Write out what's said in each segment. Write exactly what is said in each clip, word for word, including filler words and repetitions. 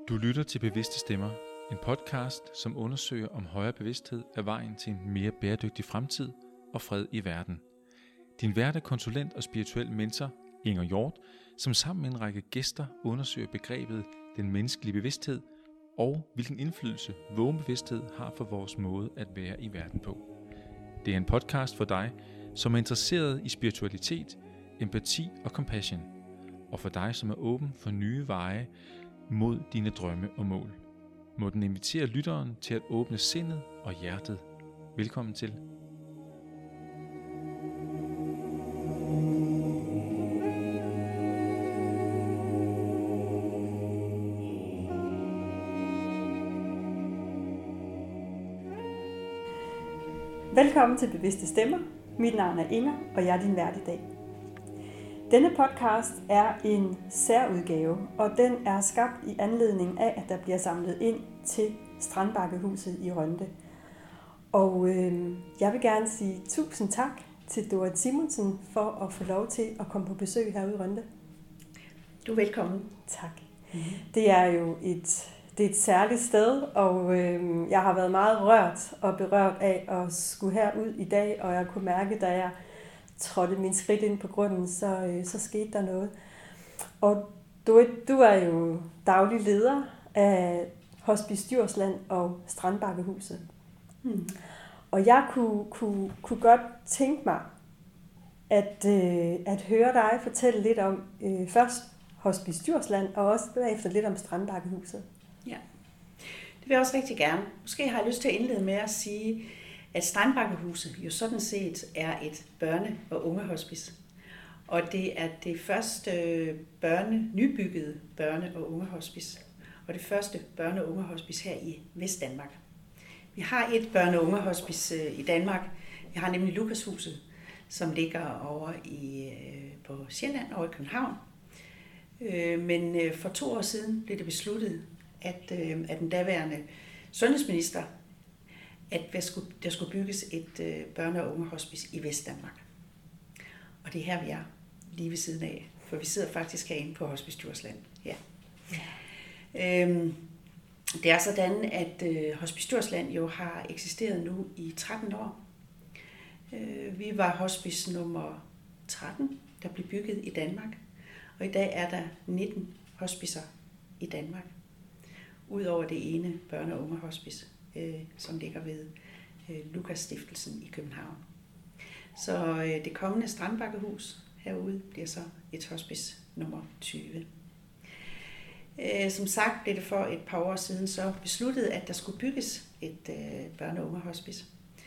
Du lytter til Bevidste Stemmer, en podcast, som undersøger, om højere bevidsthed er vejen til en mere bæredygtig fremtid og fred i verden. Din vært er konsulent og spirituel mentor, Inger Hjort, som sammen med en række gæster undersøger begrebet den menneskelige bevidsthed og hvilken indflydelse vågenbevidsthed har for vores måde at være i verden på. Det er en podcast for dig, som er interesseret i spiritualitet, empati og compassion, og for dig, som er åben for nye veje mod dine drømme og mål. Må den invitere lytteren til at åbne sindet og hjertet. Velkommen til. Velkommen til Bevidste Stemmer. Mit navn er Inger, og jeg er din vært i dag. Denne podcast er en særudgave, og den er skabt i anledning af, at der bliver samlet ind til Strandbakkehuset i Rønde. Og øh, jeg vil gerne sige tusind tak til Dorit Simonsen for at få lov til at komme på besøg herude i Rønde. Du er velkommen. Tak. Mm-hmm. Det er jo et, det er et særligt sted, og øh, jeg har været meget rørt og berørt af at skulle herud i dag, og jeg kunne mærke, da jeg trådte min skridt ind på grunden, så, øh, så skete der noget. Og du, du er jo daglig leder af Hospice Djursland og Strandbakkehuset. Hmm. Og jeg kunne, kunne, kunne godt tænke mig at, øh, at høre dig fortælle lidt om øh, først Hospice Djursland, og også bagefter lidt om Strandbakkehuset. Ja, det vil jeg også rigtig gerne. Måske har jeg lyst til at indlede med at sige, at Strandbakkehuset jo sådan set er et børne- og ungehospice. Og det er det første børne, nybyggede børne- og ungehospice. Og det første børne- og ungehospice her i Vestdanmark. Vi har et børne- og ungehospice i Danmark. Vi har nemlig Lukashuset, som ligger over i, på Sjælland over i København. Men for to år siden blev det besluttet, at, at den daværende sundhedsminister, at der skulle, der skulle bygges et øh, børne- og ungehospice i Vestdanmark. Og det er her, vi er, lige ved siden af, for vi sidder faktisk herinde på Hospice Djursland. Ja. Ja. Øhm, det er sådan, at øh, Hospice Djursland jo har eksisteret nu i tretten år. Øh, vi var hospice nummer tretten, der blev bygget i Danmark, og i dag er der nitten hospicer i Danmark, udover det ene børne- og ungehospice, som ligger ved Lukas Stiftelsen i København. Så det kommende Strandbakkehus herude bliver så et hospice nummer tyve. Som sagt blev det for et par år siden så besluttet, at der skulle bygges et børne- og ungehospice.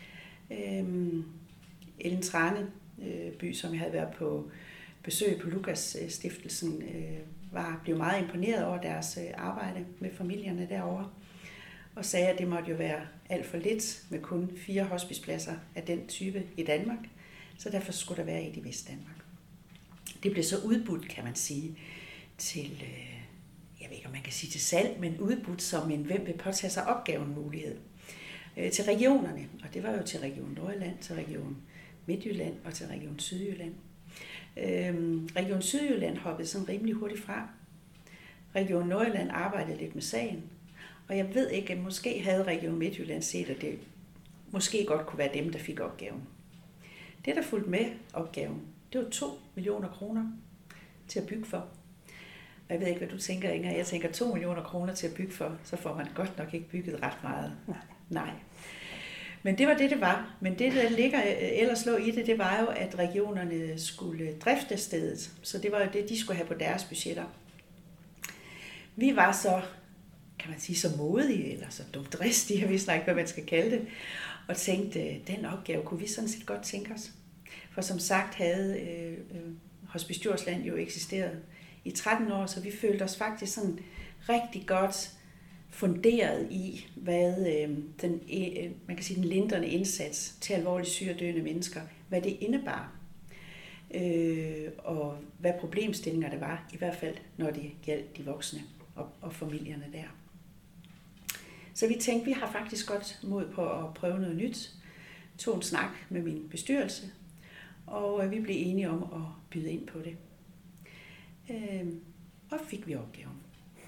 Ellen Trane by, som jeg havde været på besøg på Lukas Stiftelsen, var blev meget imponeret over deres arbejde med familierne derovre, og sagde, at det måtte jo være alt for lidt med kun fire hospicepladser af den type i Danmark, så derfor skulle der være et i Vestdanmark. Det blev så udbudt, kan man sige, til, jeg ved ikke, om man kan sige til salg, men udbudt som en hvem vil påtage sig opgaven mulighed til regionerne, og det var jo til Region Nordjylland, til Region Midtjylland og til Region Sydjylland. Region Sydjylland hoppede sådan rimelig hurtigt fra. Region Nordjylland arbejdede lidt med sagen, og jeg ved ikke, at måske havde Region Midtjylland set, at det måske godt kunne være dem, der fik opgaven. Det, der fulgte med opgaven, det var to millioner kroner til at bygge for. Og jeg ved ikke, hvad du tænker, Inger. Jeg tænker to millioner kroner til at bygge for, så får man godt nok ikke bygget ret meget. Nej. Nej. Men det var det, det var. Men det, der ligger ellers lå i det, det var jo, at regionerne skulle drifte stedet. Så det var jo det, de skulle have på deres budgetter. Vi var så, kan man sige, så modige, eller så dumdristige, jeg ved ikke, hvad man skal kalde det, og tænkte, den opgave kunne vi sådan set godt tænke os. For som sagt havde øh, Hospice Djursland jo eksisteret i tretten år, så vi følte os faktisk sådan rigtig godt funderet i, hvad øh, den, øh, man kan sige, den lindrende indsats til alvorligt syge og døende mennesker, hvad det indebar, øh, og hvad problemstillinger det var, i hvert fald når det gjaldt de voksne og, og familierne der. Så vi tænkte, vi har faktisk godt mod på at prøve noget nyt, tog en snak med min bestyrelse, og øh, vi blev enige om at byde ind på det. Øh, og fik vi opgaven.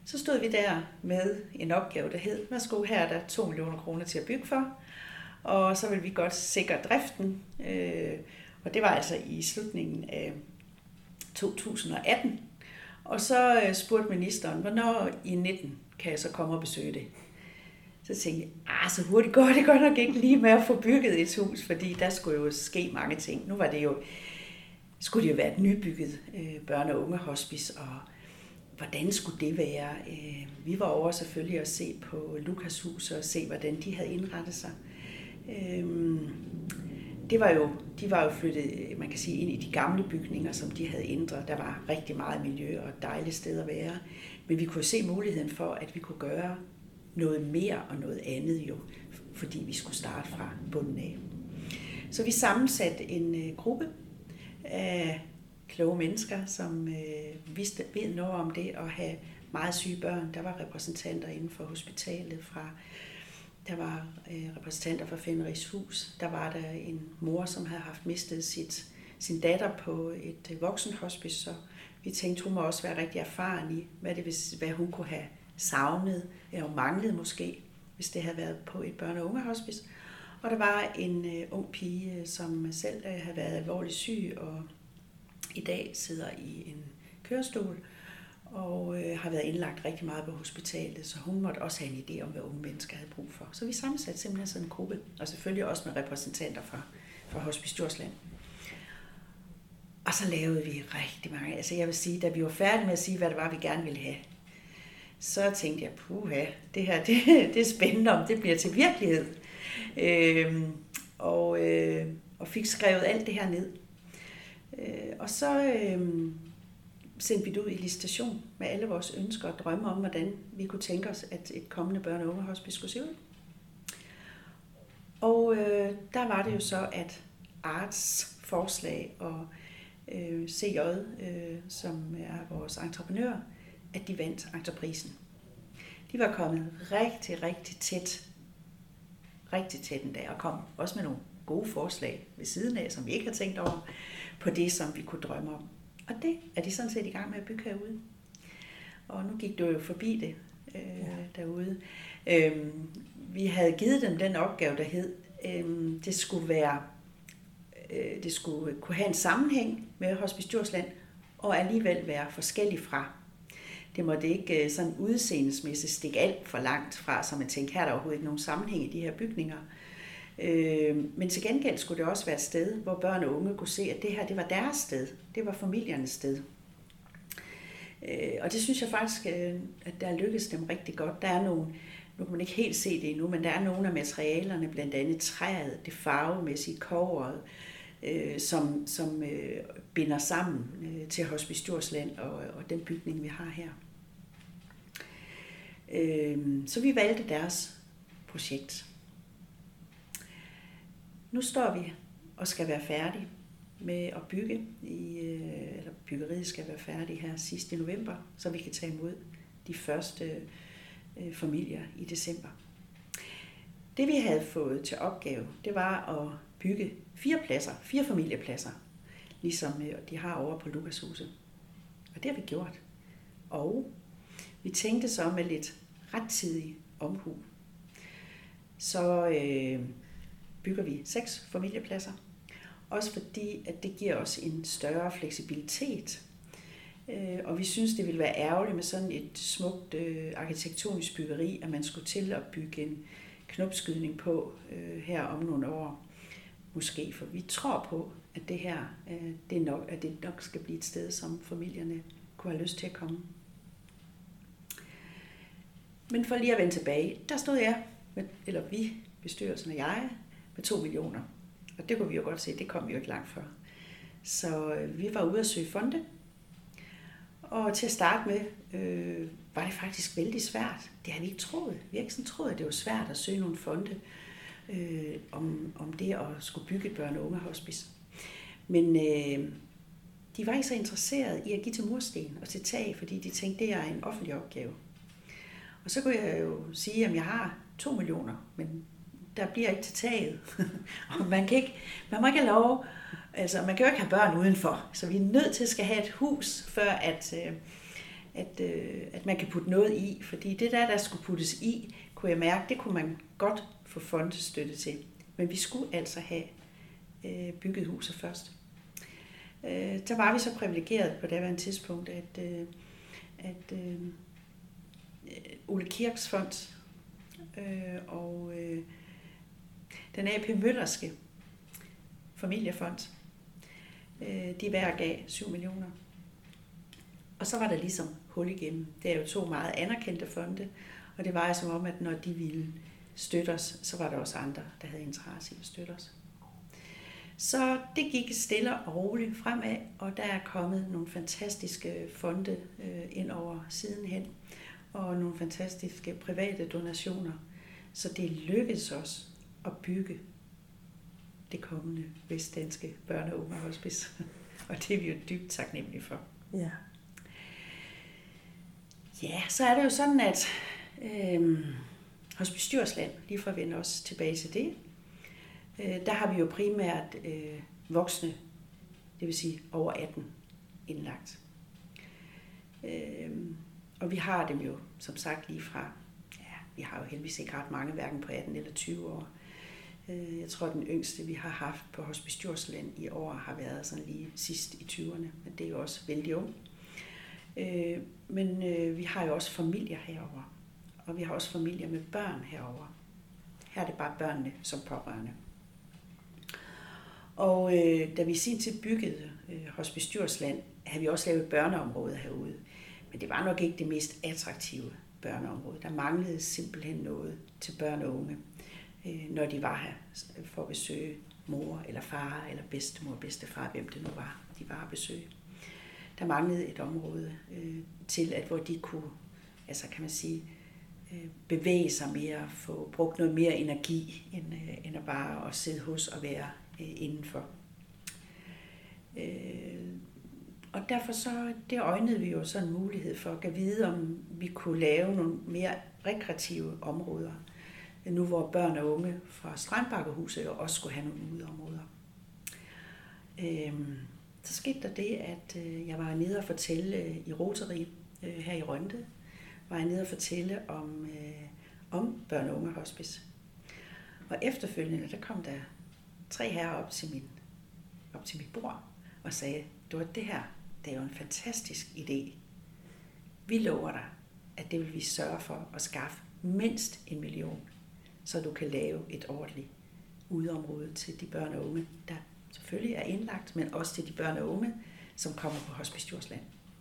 Så stod vi der med en opgave, der hed, værsgo, her er der to millioner kroner til at bygge for, og så vil vi godt sikre driften. Og det var altså i slutningen af to tusind og atten. Og så spurgte ministeren, hvornår i nitten kan jeg så komme og besøge det? Så tænkte jeg, ah, så hurtigt går det godt nok ikke lige med at få bygget et hus, fordi der skulle jo ske mange ting. Nu var det jo, skulle det jo være et nybygget øh, børne- og ungehospice, og hvordan skulle det være? Øh, vi var over selvfølgelig at se på Lukas hus og se, hvordan de havde indrettet sig. Øh, det var jo, de var jo flyttet, man kan sige, ind i de gamle bygninger, som de havde ændret. Der var rigtig meget miljø og et dejligt sted at være. Men vi kunne se muligheden for, at vi kunne gøre noget mere og noget andet jo, fordi vi skulle starte fra bunden af. Så vi sammensatte en øh, gruppe af kloge mennesker, som øh, vidste ved noget om det at have meget syge børn. Der var repræsentanter inden for hospitalet, fra, der var øh, repræsentanter fra Fenrichs Hus, der var der en mor, som havde haft mistet sit, sin datter på et øh, voksenhospice, så vi tænkte, hun må også være rigtig erfaren i, hvad, det, hvad hun kunne have savnet eller manglet måske, hvis det havde været på et børne- og ungehospice. Og der var en uh, ung pige, som selv uh, havde været alvorligt syg og i dag sidder i en kørestol og uh, har været indlagt rigtig meget på hospitalet, så hun måtte også have en idé om, hvad unge mennesker havde brug for. Så vi sammensatte simpelthen sådan en gruppe, og selvfølgelig også med repræsentanter fra, fra Hospice Djursland. Og så lavede vi rigtig mange, altså jeg vil sige, da vi var færdige med at sige, hvad det var, vi gerne ville have, så tænkte jeg, puha, det her, det, det er spændende, om det bliver til virkelighed. Øhm, og, øh, og fik skrevet alt det her ned. Øh, og så øh, sendte vi det ud i licitation med alle vores ønsker og drømme om, hvordan vi kunne tænke os, at et kommende børne- og ungehospice skulle se ud. Og øh, der var det jo så, at Arts forslag og øh, C J, øh, som er vores entreprenør, at de vandt entreprisen. De var kommet rigtig, rigtig tæt, rigtig tæt en dag, og kom også med nogle gode forslag ved siden af, som vi ikke har tænkt over, på det, som vi kunne drømme om. Og det er de sådan set i gang med at bygge herude. Og nu gik du jo forbi det øh, ja. derude. Øhm, vi havde givet dem den opgave, der hed, øh, det skulle være, øh, det skulle kunne have en sammenhæng med Hospice Djursland, og alligevel være forskellig fra. Det måtte ikke sådan udseendesmæssigt stikke alt for langt fra, så man tænkte, her er der overhovedet ikke nogen sammenhæng i de her bygninger. Øh, men til gengæld skulle det også være et sted, hvor børn og unge kunne se, at det her, det var deres sted. Det var familiernes sted. Øh, og det synes jeg faktisk, at der lykkedes dem rigtig godt. Der er nogle, nu kan man ikke helt se det endnu, men der er nogle af materialerne, blandt andet træet, det farvemæssige, kobberet, øh, som, som øh, binder sammen øh, til Hospice Djursland og, og den bygning, vi har her. Øh, så vi valgte deres projekt. Nu står vi og skal være færdige med at bygge, i, eller byggeriet skal være færdigt her sidst i november, så vi kan tage imod de første øh, familier i december. Det vi havde fået til opgave, det var at bygge fire pladser, fire familiepladser, ligesom de har over på Lukashuset. Og det har vi gjort. Og vi tænkte så med lidt rettidig omhu. Så øh, bygger vi seks familiepladser. Også fordi, at det giver os en større fleksibilitet. Øh, og vi synes, det ville være ærgerligt med sådan et smukt øh, arkitektonisk byggeri, at man skulle til at bygge en knopskydning på øh, her om nogle år. Måske, for vi tror på, at det her øh, det, er nok, at det nok skal blive et sted, som familierne kunne have lyst til at komme. Men for lige at vende tilbage, der stod jeg, med, eller vi, bestyrelsen og jeg, med to millioner. Og det kunne vi jo godt se, det kom vi jo ikke langt for. Så øh, vi var ude at søge fonde. Og til at starte med, øh, var det faktisk vældig svært. Det havde vi ikke troet. Vi havde ikke sådan troet, at det var svært at søge nogle fonde øh, om, om det at skulle bygge et børne- og ungehospice. Men øh, de var ikke så interesserede i at give til mursten og til tag, fordi de tænkte, det er en offentlig opgave. Og så kunne jeg jo sige, at jeg har to millioner, men der bliver ikke til taget. Og man, kan ikke, man må ikke have lov, altså man kan jo ikke have børn udenfor, så vi er nødt til at skal have et hus, før at, at, øh, at man kan putte noget i. Fordi det der, der skulle puttes i, kunne jeg mærke, det kunne man godt få fondestøtte til. Men vi skulle altså have øh, bygget huset først. Øh, der var vi så privilegeret på det her tidspunkt, at, øh, at øh, Ole Kirks Fond øh, og øh, den A P Møllerske familiefond, øh, de hver gav syv millioner. Og så var der ligesom hul igennem. Det er jo to meget anerkendte fonde, og det var jo som om, at når de ville støtte os, så var der også andre, der havde interesse i at støtte os. Så det gik stille og roligt fremad, og der er kommet nogle fantastiske fonde øh, ind over sidenhen, og nogle fantastiske private donationer. Så det lykkedes os at bygge det kommende Vestdanske Børne- og Ungehospice, og det er vi jo dybt taknemmelige for. Ja. Ja, så er det jo sådan, at øh, Hospice Djursland, lige for at vende os tilbage til det, øh, der har vi jo primært øh, voksne, det vil sige over atten, indlagt. Øh, og vi har dem jo, som sagt, lige fra, ja, vi har jo heldigvis ikke ret mange, hverken på atten eller tyve år. Øh, jeg tror, den yngste, vi har haft på Hospice Djursland i år, har været sådan lige sidst i tyverne, men det er jo også vældig ung. Øh, men øh, vi har jo også familier herover, og vi har også familier med børn herover. Her er det bare børnene som pårørende. Og øh, da vi sin tid byggede øh, Hospice Djursland, havde vi også lavet et børneområde herude. Men det var nok ikke det mest attraktive børneområde. Der manglede simpelthen noget til børn og unge, øh, når de var her for at besøge mor eller far eller bedstemor og bedstefar, hvem det nu var, de var at besøge. Der manglede et område øh, til, at hvor de kunne, altså kan man sige, øh, bevæge sig mere, få brugt noget mere energi, end, øh, end at bare at sidde hos og være øh, indenfor. Øh, og derfor så, det øjnede vi jo sådan en mulighed for at vide, om vi kunne lave nogle mere rekreative områder, nu hvor børn og unge fra Strandbakkehuset jo også skulle have nogle udeområder. Øh, Så skete der det, at øh, jeg var nede og fortælle øh, i Rotary øh, her i Rønde, var jeg nede og fortælle om, øh, om børne- og ungehospice. Og efterfølgende, der kom der tre herrer op til, min, op til mit bord og sagde, du, det her, det er jo en fantastisk idé. Vi lover dig, at det vil vi sørge for at skaffe mindst en million, så du kan lave et ordentligt udeområde til de børn og unge, der selvfølgelig er indlagt, men også til de børn og unge, som kommer på Hospice Djursland.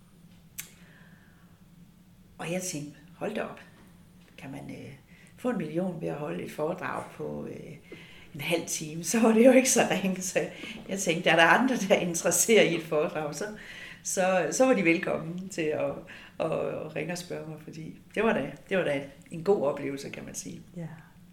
Og jeg tænkte, hold da op, kan man øh, få en million ved at holde et foredrag på øh, en halv time, så var det jo ikke så ringe. Så jeg tænkte, er der andre, der er interesseret i et foredrag, så, så, så var de velkommen til at, at, at ringe og spørge mig, fordi det var da, det var da en god oplevelse, kan man sige. Ja.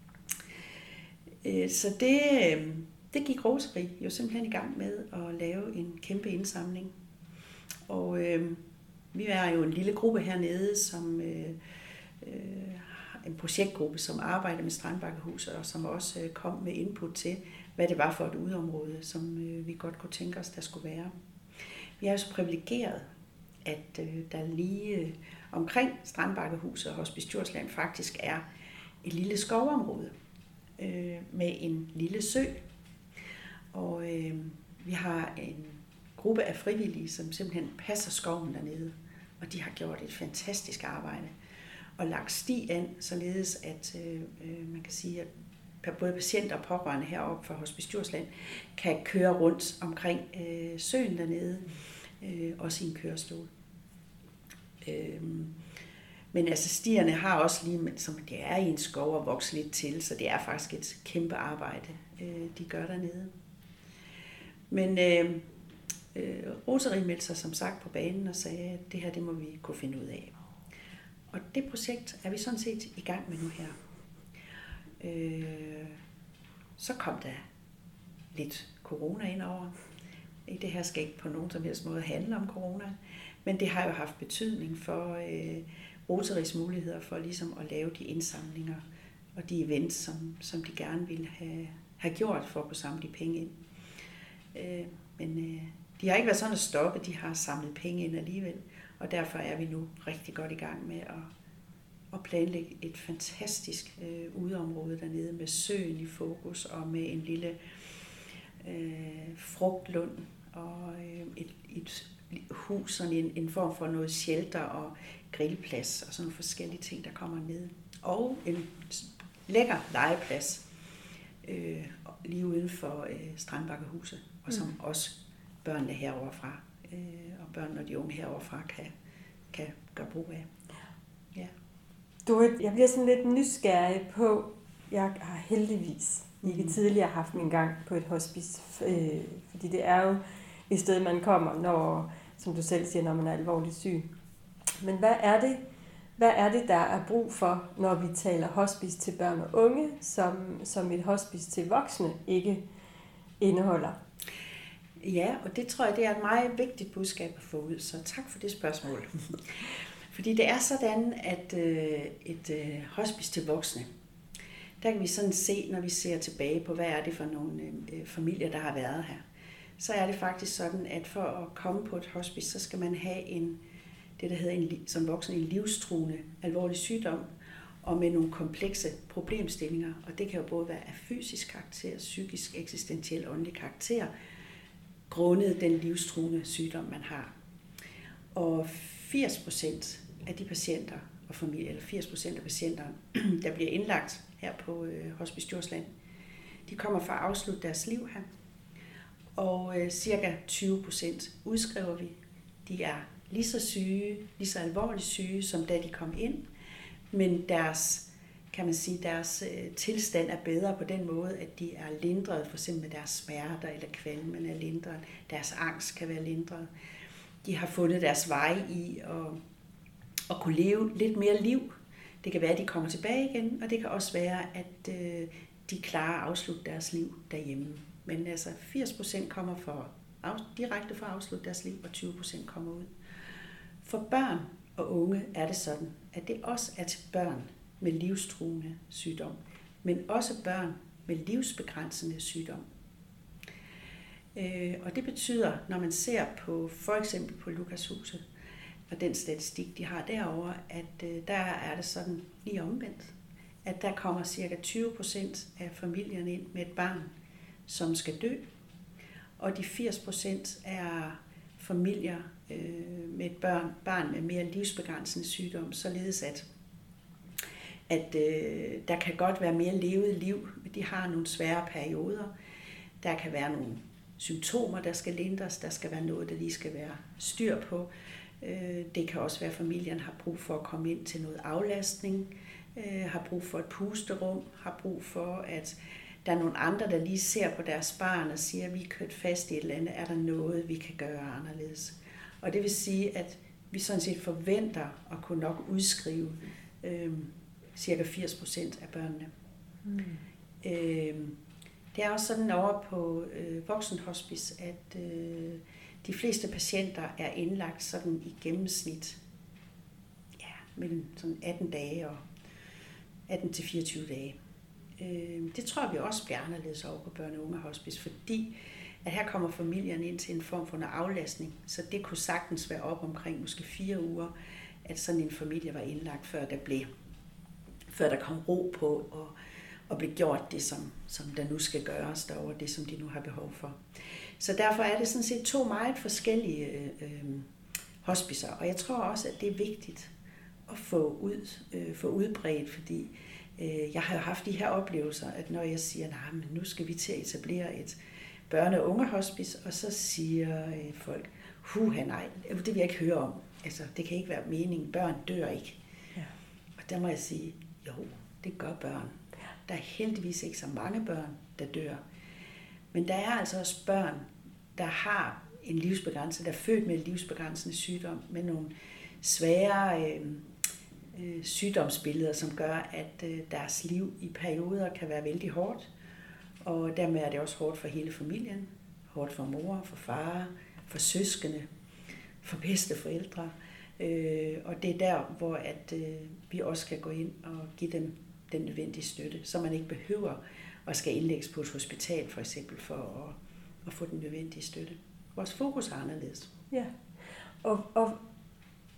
Øh, så det... Øh, Det gik Rotary jo simpelthen i gang med at lave en kæmpe indsamling. Og øh, vi er jo en lille gruppe hernede, som øh, øh, en projektgruppe, som arbejder med Strandbakkehuset, og som også øh, kom med input til, hvad det var for et udeområde, som øh, vi godt kunne tænke os, der skulle være. Vi er jo så privilegeret, at øh, der lige øh, omkring Strandbakkehuset og Hospice Djursland faktisk er et lille skovområde øh, med en lille sø. Og øh, vi har en gruppe af frivillige, som simpelthen passer skoven dernede, og de har gjort et fantastisk arbejde og lagt sti an, således at øh, man kan sige, at både patienter og pårørende heroppe fra Hospice Djursland kan køre rundt omkring øh, søen dernede, øh, også i en kørestol. Øh, men altså stierne har også lige, som det er i en skov, og vokse lidt til, så det er faktisk et kæmpe arbejde, øh, de gør dernede. Men øh, øh, Rotary meldte sig som sagt på banen og sagde, at det her, det må vi kunne finde ud af. Og det projekt er vi sådan set i gang med nu her. Øh, så kom der lidt corona ind over. Det her skal ikke på nogen som helst måde handle om corona, men det har jo haft betydning for øh, Rotarys muligheder for ligesom at lave de indsamlinger og de events, som, som de gerne ville have, have gjort for at kunne samle de penge ind. Øh, men øh, de har ikke været sådan at stoppe, de har samlet penge ind alligevel. Og derfor er vi nu rigtig godt i gang med at, at planlægge et fantastisk øh, udeområde dernede med søen i fokus og med en lille øh, frugtlund og øh, et, et hus, sådan en, en form for noget shelter og grillplads og sådan nogle forskellige ting, der kommer ned. Og en lækker legeplads øh, lige uden for øh, Strandbakkehuset, og som mm. også børnene heroverfra øh, og børnene og de unge heroverfra kan, kan gøre brug af. Ja. Du, jeg bliver sådan lidt nysgerrig på, jeg har heldigvis ikke mm. tidligere haft min gang på et hospice, øh, fordi det er jo et sted, man kommer, når, som du selv siger, når man er alvorligt syg. Men hvad er det, hvad er det, der er brug for, når vi taler hospice til børn og unge, som, som et hospice til voksne ikke indeholder? Ja, og det tror jeg, det er et meget vigtigt budskab at få ud, så tak for det spørgsmål. Fordi det er sådan, at øh, et øh, hospice til voksne, der kan vi sådan se, når vi ser tilbage på, hvad er det for nogle øh, familier, der har været her. Så er det faktisk sådan, at for at komme på et hospice, så skal man have en, det der hedder en, som voksen en livstruende alvorlig sygdom, og med nogle komplekse problemstillinger. Og det kan jo både være af fysisk karakter, psykisk, eksistentiel, åndelig karakter, grundet den livstruende sygdom, man har. Og firs procent af de patienter og familier, eller firs procent af patienter, der bliver indlagt her på øh, Hospice Djursland, de kommer for at afslutte deres liv her. Og øh, cirka tyve procent udskriver vi. De er lige så syge, lige så alvorligt syge, som da de kom ind, men deres, kan man sige, deres øh, tilstand er bedre på den måde, at de er lindret, for eksempel med deres smerter eller kvalmen er lindret, deres angst kan være lindret. De har fundet deres vej i at, at kunne leve lidt mere liv. Det kan være, at de kommer tilbage igen, og det kan også være, at øh, de klarer at afslutte deres liv derhjemme. Men altså firs procent kommer for, direkte for at afslutte deres liv, og tyve procent kommer ud. For børn og unge er det sådan, at det også er til børn med livstruende sygdom, men også børn med livsbegrænsende sygdom. Og det betyder, når man ser på for eksempel på Lukashuset og den statistik, de har derovre, at der er det sådan lige omvendt, at der kommer cirka tyve procent af familierne ind med et barn, som skal dø, og de firs procent er familier øh, med et børn, barn med mere livsbegrænsende sygdom, således at, at øh, der kan godt være mere levet liv, men de har nogle svære perioder. Der kan være nogle symptomer, der skal lindres, der skal være noget, der lige skal være styr på. Øh, det kan også være, at familien har brug for at komme ind til noget aflastning, øh, har brug for et pusterum, har brug for at der er nogle andre, der lige ser på deres barn og siger, at vi er kørt fast i et eller andet, er der noget, vi kan gøre anderledes. Og det vil sige, at vi sådan set forventer at kunne nok udskrive øh, cirka firs procent af børnene. Mm. Øh, det er også sådan over på øh, voksenhospice, at øh, de fleste patienter er indlagt sådan i gennemsnit ja, mellem sådan atten dage og atten til fireogtyve dage. Det tror vi også bliver anderledes over på børne- og ungehospice, fordi at her kommer familien ind til en form for en aflastning, så det kunne sagtens være op omkring måske fire uger, at sådan en familie var indlagt, før der blev, før der kom ro på og, og blev gjort det, som, som der nu skal gøres derovre, det som de nu har behov for. Så derfor er det sådan set to meget forskellige øh, hospicer, og jeg tror også, at det er vigtigt at få, ud, øh, få udbredt, fordi jeg har jo haft de her oplevelser, at når jeg siger, nej, men nu skal vi til at etablere et børne- og ungehospice, og så siger folk, huha nej, det vil jeg ikke høre om. Altså, det kan ikke være meningen, børn dør ikke. Ja. Og der må jeg sige, jo, det gør børn. Der er heldigvis ikke så mange børn, der dør. Men der er altså også børn, der har en livsbegrænset, der er født med en livsbegrænsende sygdom, med nogle svære øh, sygdomsbilleder, som gør, at deres liv i perioder kan være vældig hårdt, og dermed er det også hårdt for hele familien, hårdt for mor, for far, for søskende, for bedsteforældre, og det er der, hvor at vi også skal gå ind og give dem den nødvendige støtte, så man ikke behøver at skal indlægges på et hospital for eksempel for at, at få den nødvendige støtte. Vores fokus er anderledes. Ja, og, og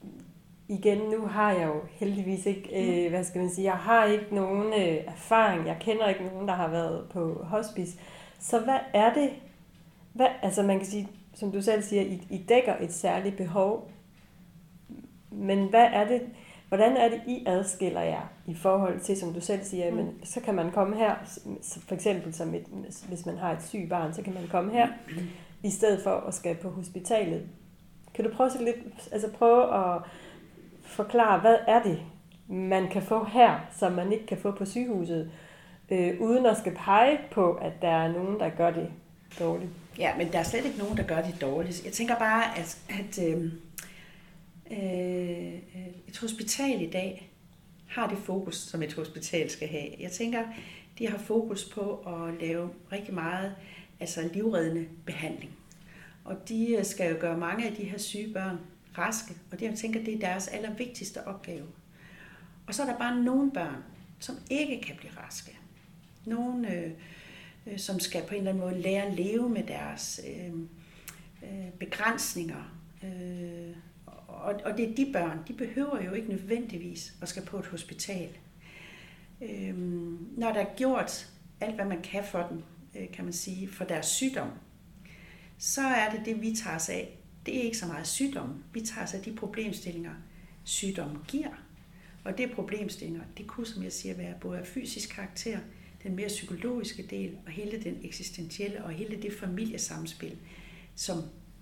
igen, nu har jeg jo heldigvis ikke, øh, hvad skal man sige, jeg har ikke nogen øh, erfaring, jeg kender ikke nogen, der har været på hospice. Så hvad er det, hvad, altså man kan sige, som du selv siger, I, I dækker et særligt behov, men hvad er det, hvordan er det, I adskiller jer i forhold til, som du selv siger, mm. men så kan man komme her, for eksempel som et, hvis man har et sygt barn, så kan man komme her, mm. i stedet for at skal på hospitalet. Kan du prøve, lidt, altså prøve at forklare, hvad er det, man kan få her, som man ikke kan få på sygehuset, øh, uden at skal pege på, at der er nogen, der gør det dårligt? Ja, men der er slet ikke nogen, der gør det dårligt. Jeg tænker bare, at, at øh, øh, et hospital i dag har det fokus, som et hospital skal have. Jeg tænker, de har fokus på at lave rigtig meget altså livreddende behandling. Og de skal jo gøre mange af de her syge børn raske, og det, jeg tænker, det er deres allervigtigste opgave. Og så er der bare nogle børn, som ikke kan blive raske. Nogle, øh, øh, som skal på en eller anden måde lære at leve med deres øh, øh, begrænsninger. Øh, og, og det er de børn, de behøver jo ikke nødvendigvis at skal på et hospital. Øh, når der er gjort alt, hvad man kan for dem, øh, kan man sige, for deres sygdom, så er det det, vi tager os af. Det er ikke så meget sygdom. Vi tager os af de problemstillinger, sygdommen giver. Og det problemstillinger, det kunne, som jeg siger, være både af fysisk karakter, den mere psykologiske del, og hele den eksistentielle, og hele det familiesamspil, som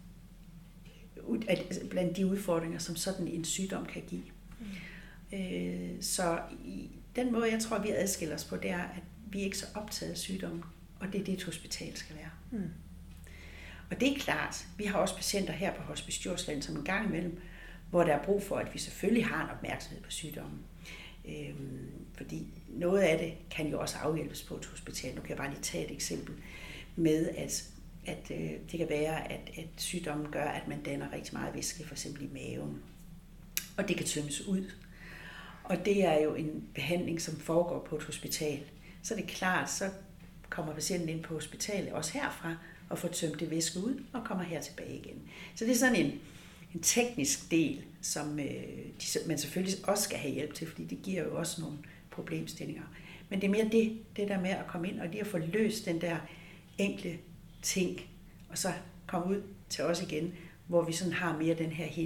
blandt de udfordringer, som sådan en sygdom kan give. Mm. Så i den måde, jeg tror, vi adskiller os på, det er, at vi er ikke så optaget af sygdommen, og det er det, et hospital skal være. Mm. Og det er klart, vi har også patienter her på Hospice Djursland, som en gang imellem, hvor der er brug for, at vi selvfølgelig har en opmærksomhed på sygdommen. Øhm, fordi noget af det kan jo også afhjælpes på et hospital. Nu kan jeg bare lige tage et eksempel med, at, at øh, det kan være, at, at sygdommen gør, at man danner rigtig meget væske, for eksempel i maven. Og det kan tømmes ud. Og det er jo en behandling, som foregår på et hospital. Så det er klart, så kommer patienten ind på hospitalet, også herfra, og får tømt det væske ud, og kommer her tilbage igen. Så det er sådan en, en teknisk del, som øh, de, man selvfølgelig også skal have hjælp til, fordi det giver jo også nogle problemstillinger. Men det er mere det, det der med at komme ind, og det at få løst den der enkle ting, og så komme ud til os igen, hvor vi sådan har mere den her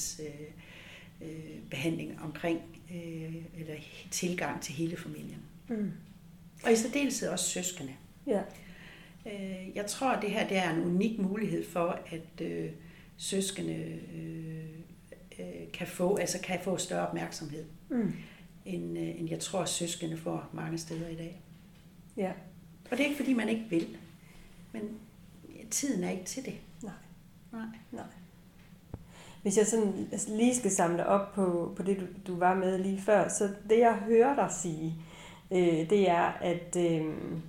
helhedsbehandling øh, øh, omkring, øh, eller tilgang til hele familien. Mm. Og i særdeleshed også søskende. Ja. Jeg tror, at det her det er en unik mulighed for, at øh, søskende øh, øh, kan få, altså kan få større opmærksomhed, mm. end, øh, end jeg tror, at søskende får mange steder i dag. Ja. Og det er ikke, fordi man ikke vil, men tiden er ikke til det. Nej. Nej. Nej. Hvis jeg sådan lige skal samle op på, på det, du, du var med lige før, så det, jeg hører dig sige, øh, det er, at... Øh,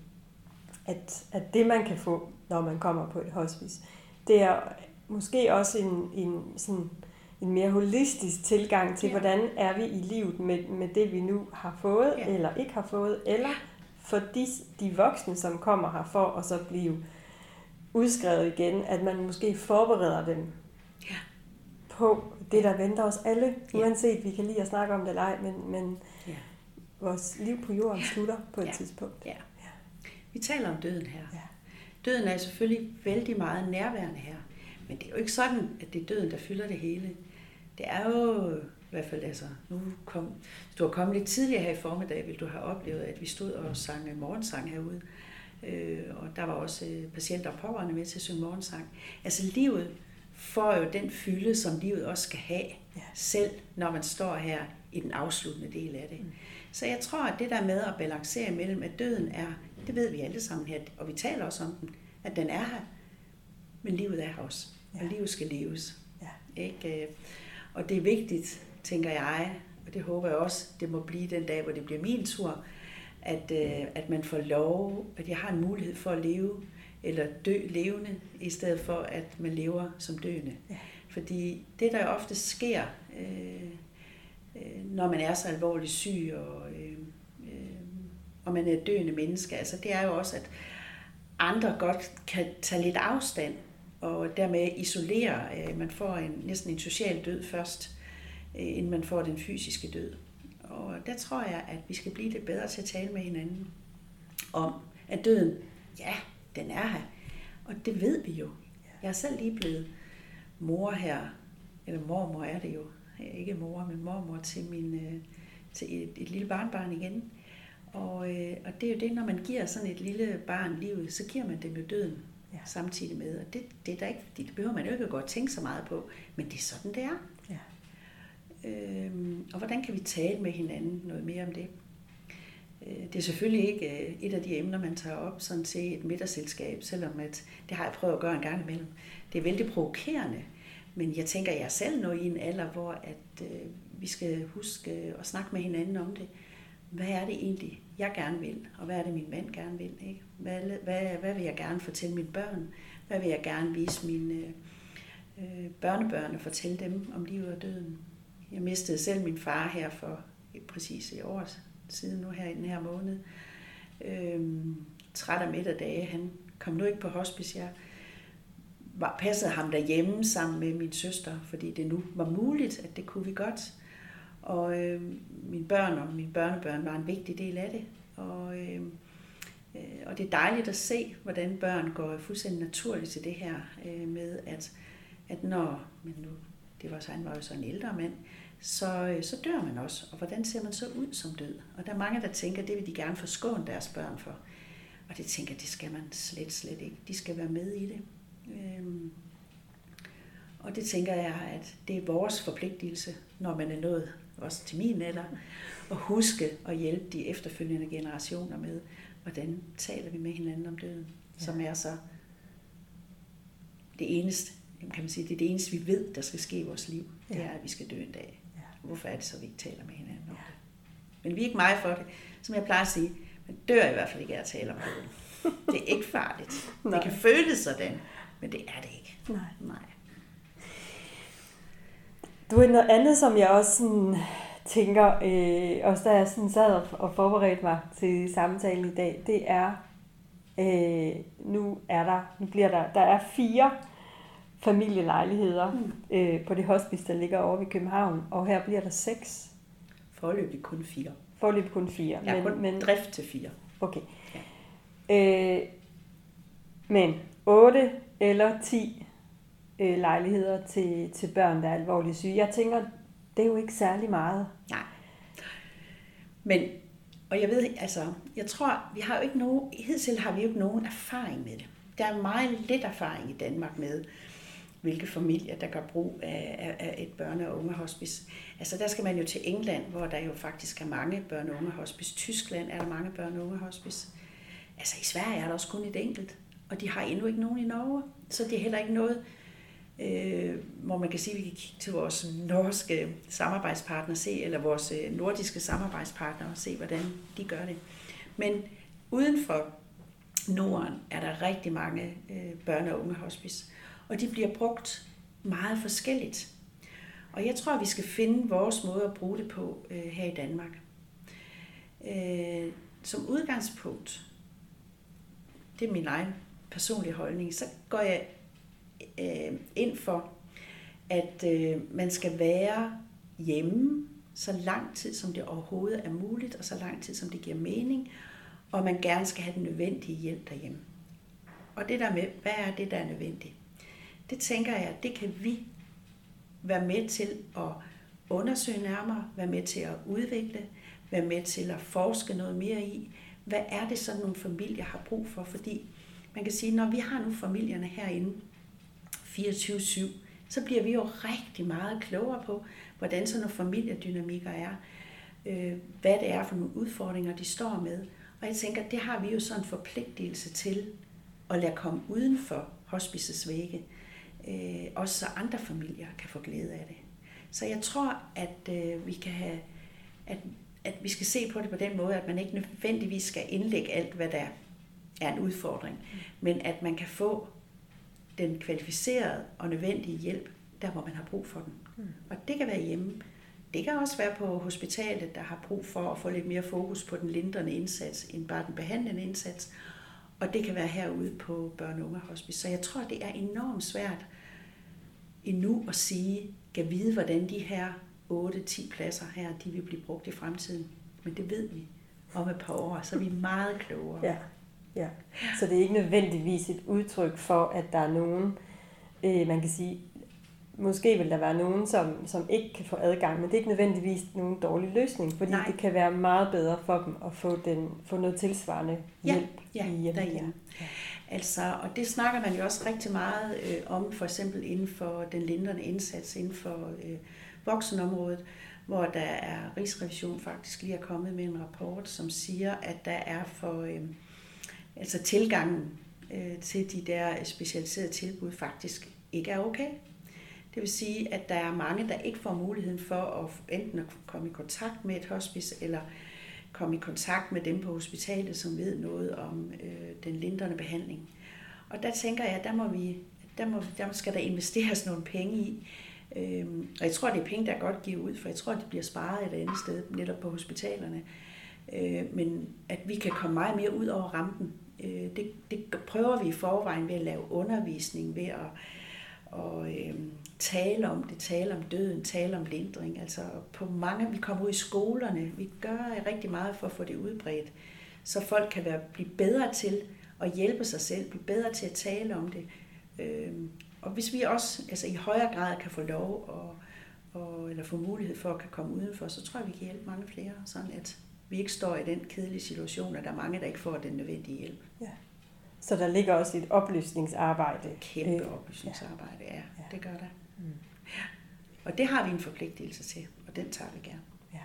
At, at det, man kan få, når man kommer på et hospice, det er måske også en, en, sådan en mere holistisk tilgang til, ja. Hvordan er vi i livet med, med det, vi nu har fået, ja. Eller ikke har fået, eller for de, de voksne, som kommer her for at så blive udskrevet igen, at man måske forbereder dem ja. På det, der venter os alle, ja. Uanset vi kan lide at snakke om det eller ej, men, men ja. Vores liv på jorden ja. Slutter på et ja. Tidspunkt. Ja. Vi taler om døden her. Ja. Døden er selvfølgelig vældig meget nærværende her, men det er jo ikke sådan, at det er døden, der fylder det hele. Det er jo i hvert fald, altså, nu kom, du har kommet lidt tidligere her i formiddag, vil du have oplevet, at vi stod og sang morgensang herude, øh, og der var også øh, patienter og pårørende med til at synge morgensang. Altså livet får jo den fylde, som livet også skal have, ja. Selv når man står her i den afsluttende del af det. Mm. Så jeg tror, at det der med at balancere mellem, at døden er, det ved vi alle sammen her, og vi taler også om den, at den er her, men livet er her også, ja. Og livet skal leves. Ja. Ikke? Og det er vigtigt, tænker jeg, og det håber jeg også, det må blive den dag, hvor det bliver min tur, at, at man får lov, at jeg har en mulighed for at leve, eller dø levende, i stedet for at man lever som døende. Ja. Fordi det, der ofte sker, øh, når man er så alvorligt syg, og, øh, øh, og man er et døende menneske, altså det er jo også, at andre godt kan tage lidt afstand, og dermed isolere. Øh, man får en, næsten en social død først, inden man får den fysiske død. Og der tror jeg, at vi skal blive lidt bedre til at tale med hinanden om, at døden, ja, den er her. Og det ved vi jo. Jeg er selv lige blevet mor her, eller mormor er det jo, ikke mor, men mormor til, min, til et, et lille barnbarn igen. Og, og det er jo det, når man giver sådan et lille barn livet, så giver man dem jo døden ja. samtidig med. Og det, det, er der ikke, det behøver man jo ikke at gå og tænke så meget på, men det er sådan, det er. Ja. Øhm, og hvordan kan vi tale med hinanden noget mere om det? Det er selvfølgelig ikke et af de emner, man tager op sådan til et middagsselskab, selvom at, det har jeg prøvet at gøre en gang imellem. Det er vældig provokerende, men jeg tænker, at jeg er selv nået i en alder, hvor at, øh, vi skal huske at snakke med hinanden om det. Hvad er det egentlig, jeg gerne vil, og hvad er det, min mand gerne vil? Ikke? Hvad, hvad, hvad vil jeg gerne fortælle mine børn? Hvad vil jeg gerne vise mine øh, børnebørn og fortælle dem om livet og døden? Jeg mistede selv min far her for præcis et år siden nu her i den her måned. Øhm, træt af middagdage. Han kom nu ikke på hospice. Jeg var, passede ham derhjemme sammen med min søster, fordi det nu var muligt, at det kunne vi godt. Og øh, mine børn og mine børnebørn var en vigtig del af det. Og, øh, øh, og det er dejligt at se, hvordan børn går fuldstændig naturligt til det her øh, med, at, at når, men nu, det var så, han var jo så en ældre mand, Så, så dør man også. Og hvordan ser man så ud som død? Og der er mange, der tænker, at det vil de gerne forskåne deres børn for. Og det tænker, det skal man slet, slet ikke. De skal være med i det. Øhm, og det tænker jeg, at det er vores forpligtelse, når man er nået, også til min alder, at huske at hjælpe de efterfølgende generationer med, hvordan taler vi med hinanden om døden, ja. Som er så det eneste, kan man sige, det er det eneste, vi ved, der skal ske i vores liv. Det er, at vi skal dø en dag. Hvorfor er det så, vi ikke taler med hinanden om det? Men vi er ikke meget for det. Som jeg plejer at sige, man dør i hvert fald ikke af at tale om det. Det er ikke farligt. Det kan føles sådan, men det er det ikke. Nej. Nej. Du er noget andet, som jeg også sådan tænker, øh, også da jeg sådan sad og forberedte mig til samtalen i dag, det er, øh, nu er der, nu bliver der, der er fire familielejligheder mm. øh, på det hospice, der ligger over i København, og her bliver der seks. Foreløbig kun fire. Foreløbig kun fire. Ja, men, kun men, drift til fire. Okay. Ja. Øh, men otte eller ti øh, lejligheder til, til børn, der er alvorligt syge. Jeg tænker, det er jo ikke særlig meget. Nej. Men, og jeg ved, altså, jeg tror, vi har jo ikke nogen, hidtil har vi jo ikke nogen erfaring med det. Der er meget lidt erfaring i Danmark med, hvilke familier, der gør brug af, af, af et børne- og ungehospice. Altså der skal man jo til England, hvor der jo faktisk er mange børne- og ungehospice. Tyskland er der mange børne- og ungehospice. Altså i Sverige er der også kun et enkelt, og de har endnu ikke nogen i Norge. Så det er heller ikke noget, øh, hvor man kan sige, at vi kan kigge til vores norske samarbejdspartnere se, eller vores nordiske samarbejdspartnere og se, hvordan de gør det. Men uden for Norden er der rigtig mange øh, børne- og ungehospice. Og de bliver brugt meget forskelligt. Og jeg tror, vi skal finde vores måde at bruge det på øh, her i Danmark. Øh, som udgangspunkt, det er min egen personlige holdning, så går jeg øh, ind for, at øh, man skal være hjemme så lang tid, som det overhovedet er muligt, og så lang tid, som det giver mening, og man gerne skal have den nødvendige hjælp derhjemme. Og det der med, hvad er det, der er nødvendigt? Det tænker jeg, det kan vi være med til at undersøge nærmere, være med til at udvikle, være med til at forske noget mere i. Hvad er det, sådan nogle familier har brug for? Fordi man kan sige, når vi har nu familierne herinde fireogtyve syv, så bliver vi jo rigtig meget klogere på, hvordan sådan nogle familiedynamikker er, hvad det er for nogle udfordringer, de står med. Og jeg tænker, det har vi jo sådan en forpligtelse til at lade komme uden for hospicets vægge. Øh, også så andre familier kan få glæde af det. Så jeg tror, at øh, vi kan have, at, at vi skal se på det på den måde, at man ikke nødvendigvis skal indlægge alt, hvad der er en udfordring, mm. men at man kan få den kvalificerede og nødvendige hjælp, der hvor man har brug for den. Mm. Og det kan være hjemme. Det kan også være på hospitalet, der har brug for at få lidt mere fokus på den lindrende indsats, end bare den behandlende indsats. Og det kan være herude på børne- og ungehospice. Så jeg tror, det er enormt svært endnu at sige, kan vide, hvordan de her otte ti pladser her, de vil blive brugt i fremtiden. Men det ved vi om et par år, så er vi meget klogere. Ja, ja. Så det er ikke nødvendigvis et udtryk for, at der er nogen, øh, man kan sige, måske vil der være nogen, som, som ikke kan få adgang, men det er ikke nødvendigvis nogen dårlig løsning, fordi Nej. det kan være meget bedre for dem at få, den, få noget tilsvarende hjælp ja, ja, i hjemmet. derhjemme. Ja. Altså, og det snakker man jo også rigtig meget øh, om, for eksempel inden for den lindrende indsats, inden for øh, voksenområdet, hvor der er Rigsrevision faktisk lige er kommet med en rapport, som siger, at der er for øh, altså tilgangen øh, til de der specialiserede tilbud faktisk ikke er okay. Det vil sige, at der er mange, der ikke får muligheden for at enten at komme i kontakt med et hospice, eller komme i kontakt med dem på hospitalet, som ved noget om øh, den lindrende behandling. Og der tænker jeg, der må vi, der, må, der skal der investeres nogle penge i. Øhm, og jeg tror, det er penge, der er godt givet ud, for jeg tror, de bliver sparet et andet sted, netop på hospitalerne. Øh, men at vi kan komme meget mere ud over rampen, øh, det, det prøver vi i forvejen ved at lave undervisning, ved at og øh, tale om det, tale om døden, tale om lindring. Altså på mange, vi kommer ud i skolerne, vi gør rigtig meget for at få det udbredt, så folk kan være, blive bedre til at hjælpe sig selv, blive bedre til at tale om det. Øh, og hvis vi også altså i højere grad kan få lov og, og, eller få mulighed for at kan komme udenfor, så tror jeg, vi kan hjælpe mange flere, sådan at vi ikke står i den kedelige situation, at der er mange, der ikke får den nødvendige hjælp. Ja. Så der ligger også et oplysningsarbejde. Kæmpe oplysningsarbejde, ja. ja. Det gør der. Mm. Ja. Og det har vi en forpligtelse til, og den tager vi gerne.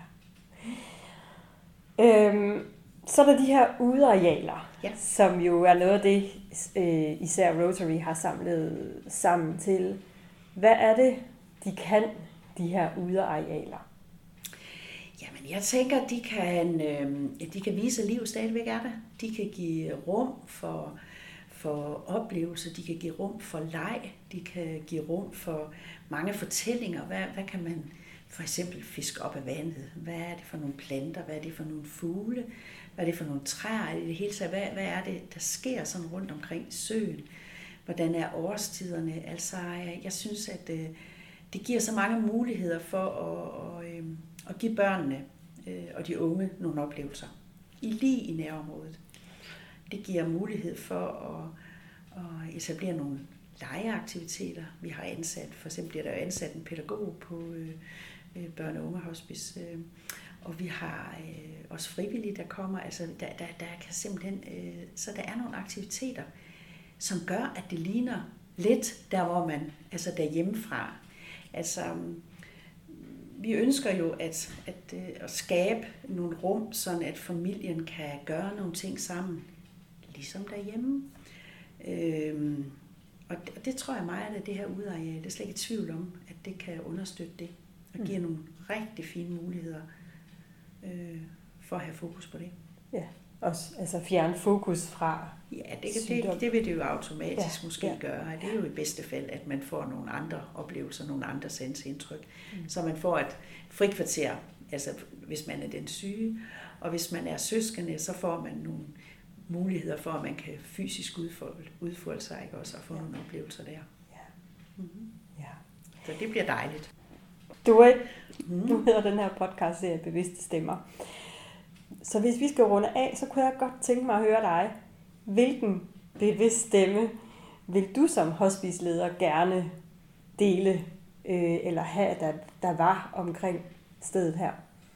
Ja. Øhm, så er der de her udearealer, ja. som jo er noget af det, øh, især Rotary har samlet sammen til. Hvad er det, de kan, de her udearealer? Jamen, jeg tænker, at de kan, øh, de kan vise, at livet stadigvæk er der. De kan give rum for, for oplevelser, de kan give rum for leg, de kan give rum for mange fortællinger. Hvad, hvad kan man for eksempel fiske op af vandet? Hvad er det for nogle planter? Hvad er det for nogle fugle? Hvad er det for nogle træer? I det hele taget, hvad, hvad er det, der sker sådan rundt omkring søen? Hvordan er årstiderne? Altså, jeg, jeg synes, at øh, det giver så mange muligheder for at... Og, øh, og give børnene øh, og de unge nogle oplevelser i lige i nærområdet. Det giver mulighed for at, at etablere nogle legeaktiviteter. Vi har ansat, for eksempel bliver der ansat en pædagog på øh, børne- og ungehospice, øh, og vi har øh, også frivillige, der kommer. Altså, der, der, der kan simpelthen, øh, så der er nogle aktiviteter, som gør, at det ligner lidt der, hvor man, altså derhjemmefra. Altså, vi ønsker jo at, at, at skabe nogle rum, sådan at familien kan gøre nogle ting sammen, ligesom derhjemme. Øhm, og, det, og det tror jeg meget af det her udeareal, det er slet ikke i tvivl om, at det kan understøtte det, og give mm. nogle rigtig fine muligheder øh, for at have fokus på det. Ja, også altså fjerne fokus fra Ja, det, det, det vil det jo automatisk ja, måske ja. gøre. Det er jo i bedste fald, at man får nogle andre oplevelser, nogle andre sanseindtryk. Mm. Så man får et frikvarter, altså hvis man er den syge, og hvis man er søskende, så får man nogle muligheder for, at man kan fysisk udfolde, udfolde sig, ikke? Også, og få ja. nogle oplevelser der. Ja. Mm-hmm. Ja. Så det bliver dejligt. Du, mm. nu hedder den her podcast serie Bevidste Stemmer. Så hvis vi skal runde af, så kunne jeg godt tænke mig at høre dig. Hvilken bevidst stemme vil du som hospiceleder gerne dele øh, eller have, der, der var omkring stedet her?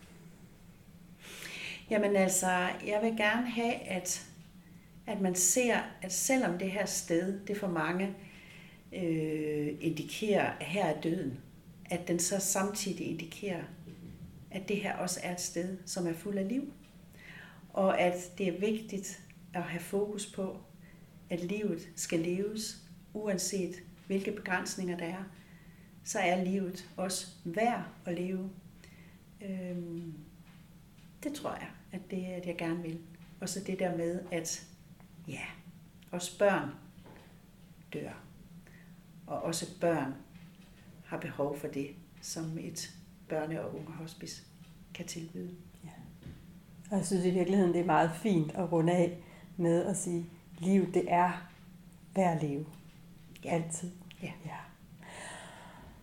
Jamen altså, jeg vil gerne have, at, at man ser, at selvom det her sted, det for mange øh, indikerer, at her er døden, at den så samtidig indikerer, at det her også er et sted, som er fuld af liv. Og at det er vigtigt at have fokus på, at livet skal leves, uanset hvilke begrænsninger der er, så er livet også værd at leve. Øhm, det tror jeg, at det er, at jeg gerne vil. Og så det der med, at ja, også børn dør. Og også børn har behov for det, som et børne- og ungehospice kan tilbyde. Ja. Og jeg synes i virkeligheden, det er meget fint at runde af med at sige, at livet det er værd at leve. Ja. Altid. Ja. Ja.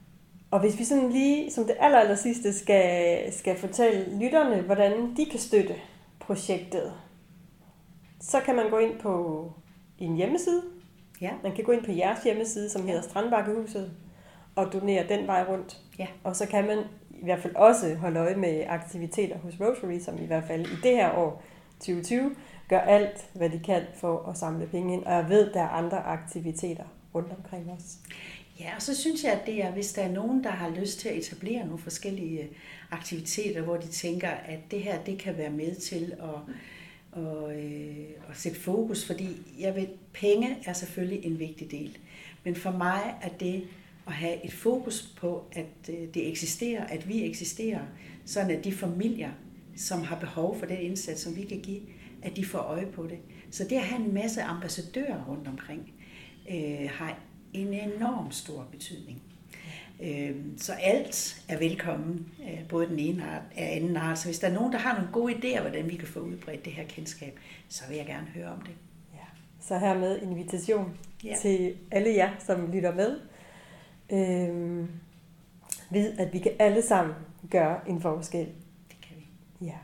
Og hvis vi sådan lige som det aller, aller sidste skal, skal fortælle lytterne, hvordan de kan støtte projektet, så kan man gå ind på en hjemmeside. Ja. Man kan gå ind på jeres hjemmeside, som hedder Strandbakkehuset, og donere den vej rundt. Ja. Og så kan man i hvert fald også holde øje med aktiviteter hos Rotary, som i hvert fald i det her år tyve tyve gør alt, hvad de kan for at samle penge ind. Og jeg ved, der er andre aktiviteter rundt omkring os. Ja, og så synes jeg, at det er, hvis der er nogen, der har lyst til at etablere nogle forskellige aktiviteter, hvor de tænker, at det her, det kan være med til at, og, øh, at sætte fokus, fordi jeg ved, penge er selvfølgelig en vigtig del. Men for mig er det at have et fokus på, at det eksisterer, at vi eksisterer, sådan at de familier, som har behov for den indsats, som vi kan give, at de får øje på det. Så det at have en masse ambassadører rundt omkring, øh, har en enorm stor betydning. Øh, så alt er velkommen, øh, både den ene art og anden art. Så hvis der er nogen, der har nogle gode idéer, hvordan vi kan få udbredt det her kendskab, så vil jeg gerne høre om det. Ja. Så hermed invitation ja. til alle jer, som lytter med. Øh, ved, at vi kan alle sammen gøre en forskel. Det kan vi. Ja.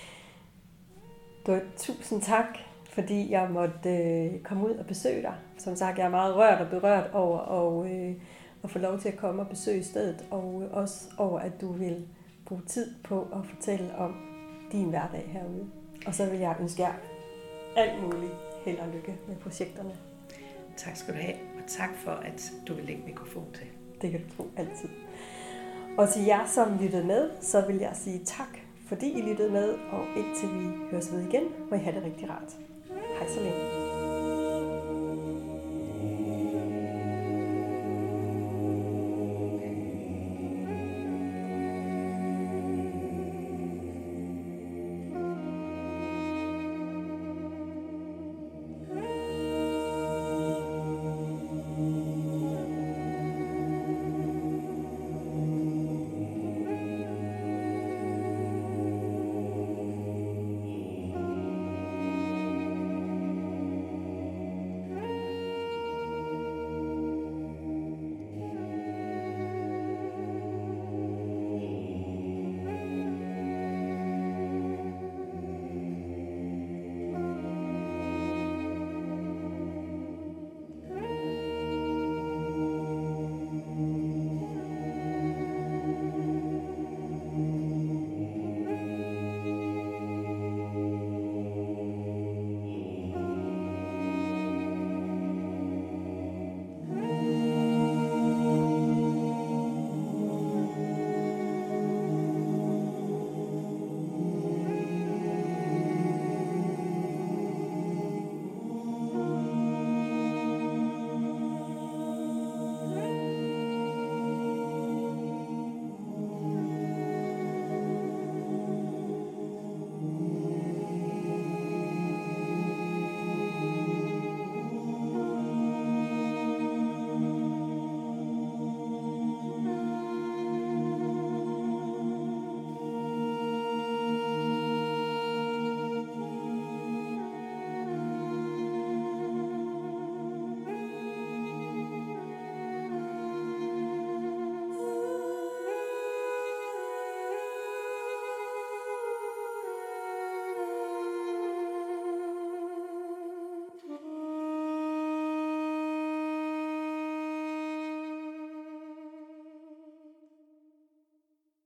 Du, tusind tak, fordi jeg måtte øh, komme ud og besøge dig. Som sagt, jeg er meget rørt og berørt over og, øh, at få lov til at komme og besøge stedet, og øh, også over, at du vil bruge tid på at fortælle om din hverdag herude. Og så vil jeg ønske jer alt muligt held og lykke med projekterne. Tak skal du have, og tak for, at du vil lægge mikrofon til. Det kan du tro altid. Og til jer, som lyttede med, så vil jeg sige tak, fordi I lyttede med, og indtil vi høres ved igen, må I have det rigtig rart. Hej så længe.